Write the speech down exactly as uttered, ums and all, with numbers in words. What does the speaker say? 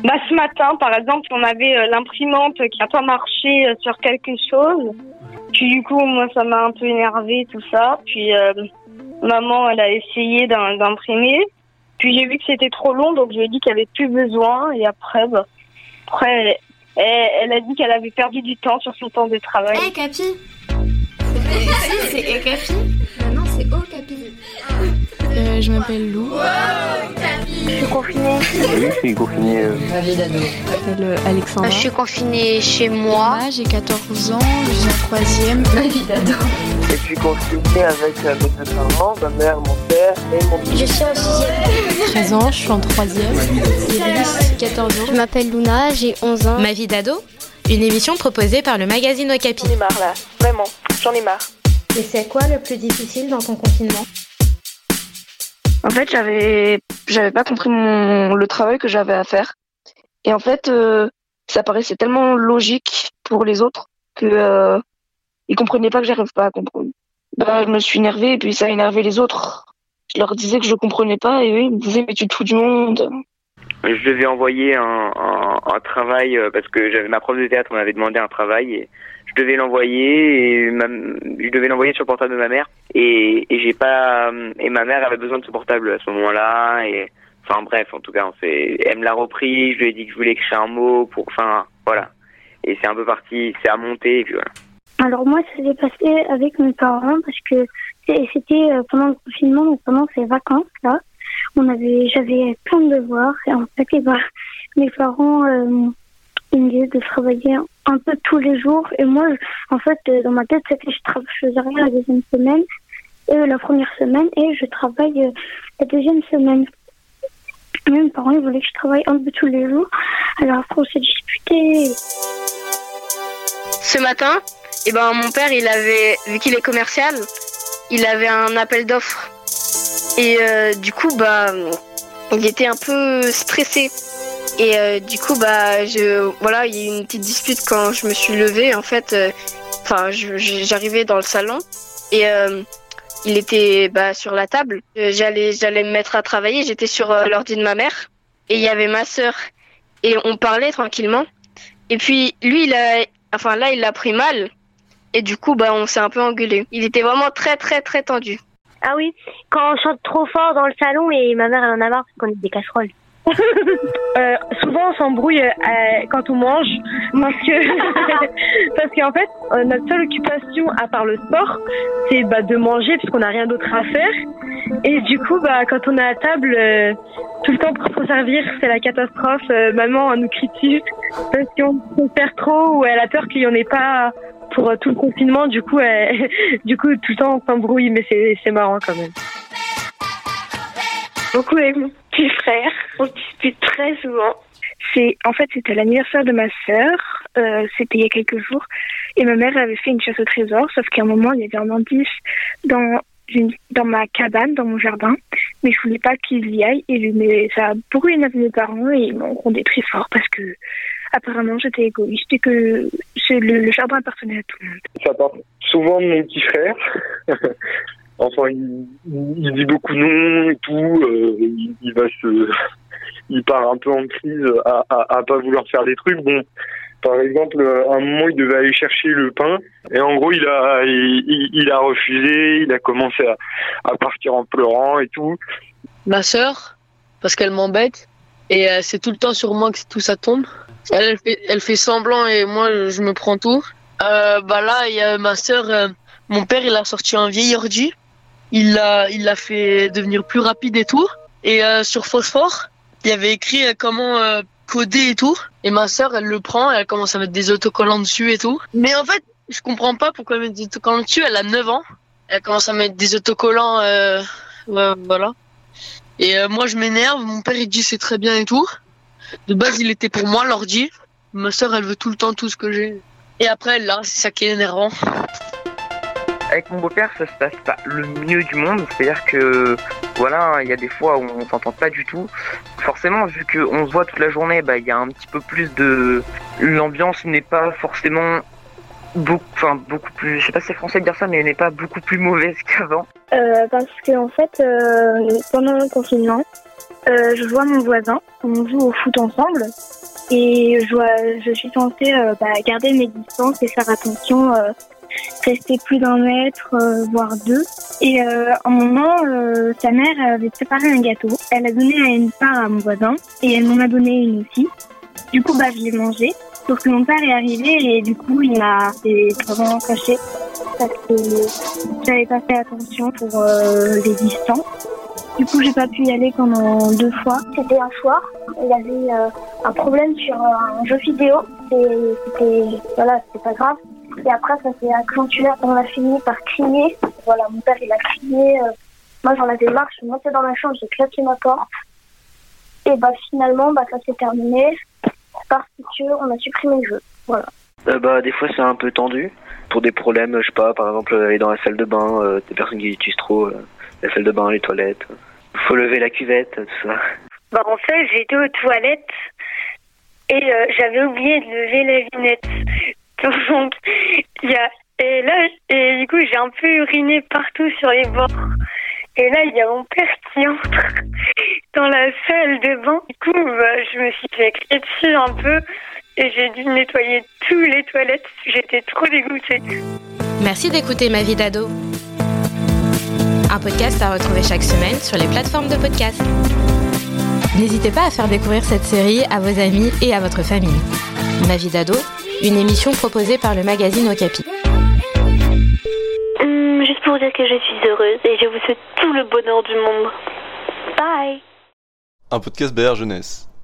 Bah, ce matin, par exemple, on avait euh, l'imprimante qui n'a pas marché euh, sur quelque chose. Puis du coup, moi, ça m'a un peu énervé tout ça. Puis euh, maman, elle a essayé d'im- d'imprimer. Puis j'ai vu que c'était trop long, donc je lui ai dit qu'il n'y avait plus besoin. Et après, bah, après elle, elle a dit qu'elle avait perdu du temps sur son temps de travail. Hé, hey, Capi. C'est Hé, hey, Capi. Bah non, c'est Oh, Capi. Euh, je m'appelle Lou. Wow, Capi. Je suis confinée. Oui, je suis confinée. Euh... Ma vie d'ado. Je m'appelle Alexandra. Je suis confinée chez moi. Moi, j'ai quatorze ans, je suis en troisième. Ma vie d'ado. Et je suis confinée avec euh, mes deux parents, ma mère, mon père et mon fils. Je suis en sixième. treize ans, je suis en troisième. J'ai quatorze ans. Je m'appelle Luna, j'ai onze ans. Ma vie d'ado, une émission proposée par le magazine Okapi. J'en ai marre là, vraiment, j'en ai marre. Et c'est quoi le plus difficile dans ton confinement ? En fait, j'avais, j'avais pas compris mon, le travail que j'avais à faire. Et en fait, euh, ça paraissait tellement logique pour les autres que euh, ils comprenaient pas que j'arrive pas à comprendre. Bah, je me suis énervée et puis ça a énervé les autres. Je leur disais que je comprenais pas et eux, ils me disaient mais tu te fous du monde. Je devais envoyer un, un, un travail euh, parce que j'avais ma prof de théâtre m'avait demandé un travail et je devais l'envoyer et ma, je devais l'envoyer sur le portable de ma mère et, et j'ai pas et ma mère avait besoin de ce portable à ce moment-là et enfin bref en tout cas on s'est, elle me l'a repris, je lui ai dit que je voulais écrire un mot pour enfin voilà et c'est un peu parti, c'est à monter et puis voilà. Alors moi ça s'est passé avec mes parents parce que c'était pendant le confinement donc pendant ces vacances là on avait j'avais plein de devoirs et en fait et bah, mes parents euh, ils me disaient de travailler un peu tous les jours et moi en fait dans ma tête c'était je travaille je faisais rien la deuxième semaine euh, la première semaine et je travaille euh, la deuxième semaine. Mes parents ils voulaient que je travaille un peu tous les jours alors après on s'est disputé. Ce matin et ben mon père il avait vu qu'il est commercial il avait un appel d'offres et euh, du coup bah il était un peu stressé. Et euh, du coup, bah, je, voilà, il y a eu une petite dispute quand je me suis levée. En fait, enfin, euh, j'arrivais dans le salon et euh, il était bah, sur la table. J'allais, j'allais me mettre à travailler. J'étais sur euh, l'ordi de ma mère et il y avait ma sœur et on parlait tranquillement. Et puis lui, il a, enfin là, il l'a pris mal et du coup, bah, on s'est un peu engueulé. Il était vraiment très, très, très tendu. Ah oui, quand on chante trop fort dans le salon et ma mère elle en a marre parce qu'on est des casseroles. euh, souvent on s'embrouille euh, quand on mange parce que parce qu'en fait euh, notre seule occupation à part le sport c'est bah, de manger parce qu'on n'a rien d'autre à faire et du coup bah quand on est à table euh, tout le temps pour se servir c'est la catastrophe. euh, maman elle nous critique parce qu'on on perd trop ou elle a peur qu'il y en ait pas pour euh, tout le confinement du coup elle, du coup tout le temps on s'embrouille mais c'est c'est marrant quand même. Beaucoup avec mon petit frère, on dispute très souvent. C'est, en fait, c'était l'anniversaire de ma sœur, euh, c'était il y a quelques jours, et ma mère avait fait une chasse au trésor, sauf qu'à un moment, il y avait un indice dans, une, dans ma cabane, dans mon jardin, mais je voulais pas qu'il y aille, et mais ça a beaucoup énervé mes parents, et ils m'ont grondé très fort, parce que, apparemment, j'étais égoïste, et que c'est le, le jardin appartenait à tout le monde. Ça part souvent de mon petit frère. Enfin, il, il dit beaucoup non et tout. Euh, il, il va se, il part un peu en crise à, à, à pas vouloir faire des trucs. Bon, par exemple, à un moment, il devait aller chercher le pain et en gros, il a, il, il a refusé. Il a commencé à, à partir en pleurant et tout. Ma sœur, parce qu'elle m'embête et euh, c'est tout le temps sur moi que tout ça tombe. Elle, elle fait, elle fait semblant et moi, je me prends tout. Euh, bah là, il y a ma sœur. Euh, mon père, il a sorti un vieil ordi. Il l'a, il l'a fait devenir plus rapide et tout. Et euh, sur Phosphore, il y avait écrit euh, comment euh, coder et tout. Et ma sœur, elle le prend, elle commence à mettre des autocollants dessus et tout. Mais en fait, je comprends pas pourquoi elle met des autocollants dessus. Elle a neuf ans. Elle commence à mettre des autocollants, euh, ouais, voilà. Et euh, moi, je m'énerve. Mon père, il dit c'est très bien et tout. De base, il était pour moi l'ordi. Ma sœur, elle veut tout le temps tout ce que j'ai. Et après, là, c'est ça qui est énervant. Avec mon beau-père, ça se passe pas le mieux du monde. C'est-à-dire que, voilà, il y a des fois où on s'entend pas du tout. Forcément, vu qu'on se voit toute la journée, bah, il y a un petit peu plus de... L'ambiance n'est pas forcément beaucoup, enfin, beaucoup plus... Je sais pas si c'est français de dire ça, mais elle n'est pas beaucoup plus mauvaise qu'avant. Euh, parce que, en fait, euh, pendant le confinement, euh, je vois mon voisin, on joue au foot ensemble et je, dois, je suis censée euh, bah, garder mes distances et faire attention, euh, rester plus d'un mètre, euh, voire deux. Et euh, un moment, euh, sa mère avait préparé un gâteau. Elle a donné à une part à mon voisin et elle m'en a donné une aussi. Du coup, bah, je l'ai mangé. Sauf que mon père est arrivé et du coup, il m'a fait vraiment fâché parce que j'avais pas fait attention pour euh, les distances. Du coup, j'ai pas pu y aller pendant deux fois. C'était un soir, il y avait euh, un problème sur un jeu vidéo et c'était, voilà, c'était pas grave. Et après, ça s'est accentué, on a fini par crier. Voilà, mon père, il a crié. Euh, moi, j'en avais marre, je suis montée dans ma chambre, j'ai claqué ma porte. Et bah, finalement, bah, ça s'est terminé parce qu'on a supprimé le jeu. Voilà. Euh, bah, des fois, c'est un peu tendu. Pour des problèmes, je sais pas, par exemple, aller dans la salle de bain, euh, des personnes qui utilisent trop euh, la salle de bain, les toilettes. Faut lever la cuvette, tout ça. Bah, en fait, j'étais aux toilettes et euh, j'avais oublié de lever la vinette. Donc, il y a... Et là, et du coup, j'ai un peu uriné partout sur les bords. Et là, il y a mon père qui entre dans la salle de bain. Du coup, bah, je me suis fait crier dessus un peu et j'ai dû nettoyer tous les toilettes. J'étais trop dégoûtée. Merci d'écouter Ma vie d'ado. Un podcast à retrouver chaque semaine sur les plateformes de podcast. N'hésitez pas à faire découvrir cette série à vos amis et à votre famille. Ma vie d'ado, une émission proposée par le magazine Okapi. Hum, juste pour dire que je suis heureuse et je vous souhaite tout le bonheur du monde. Bye. Un podcast B R Jeunesse.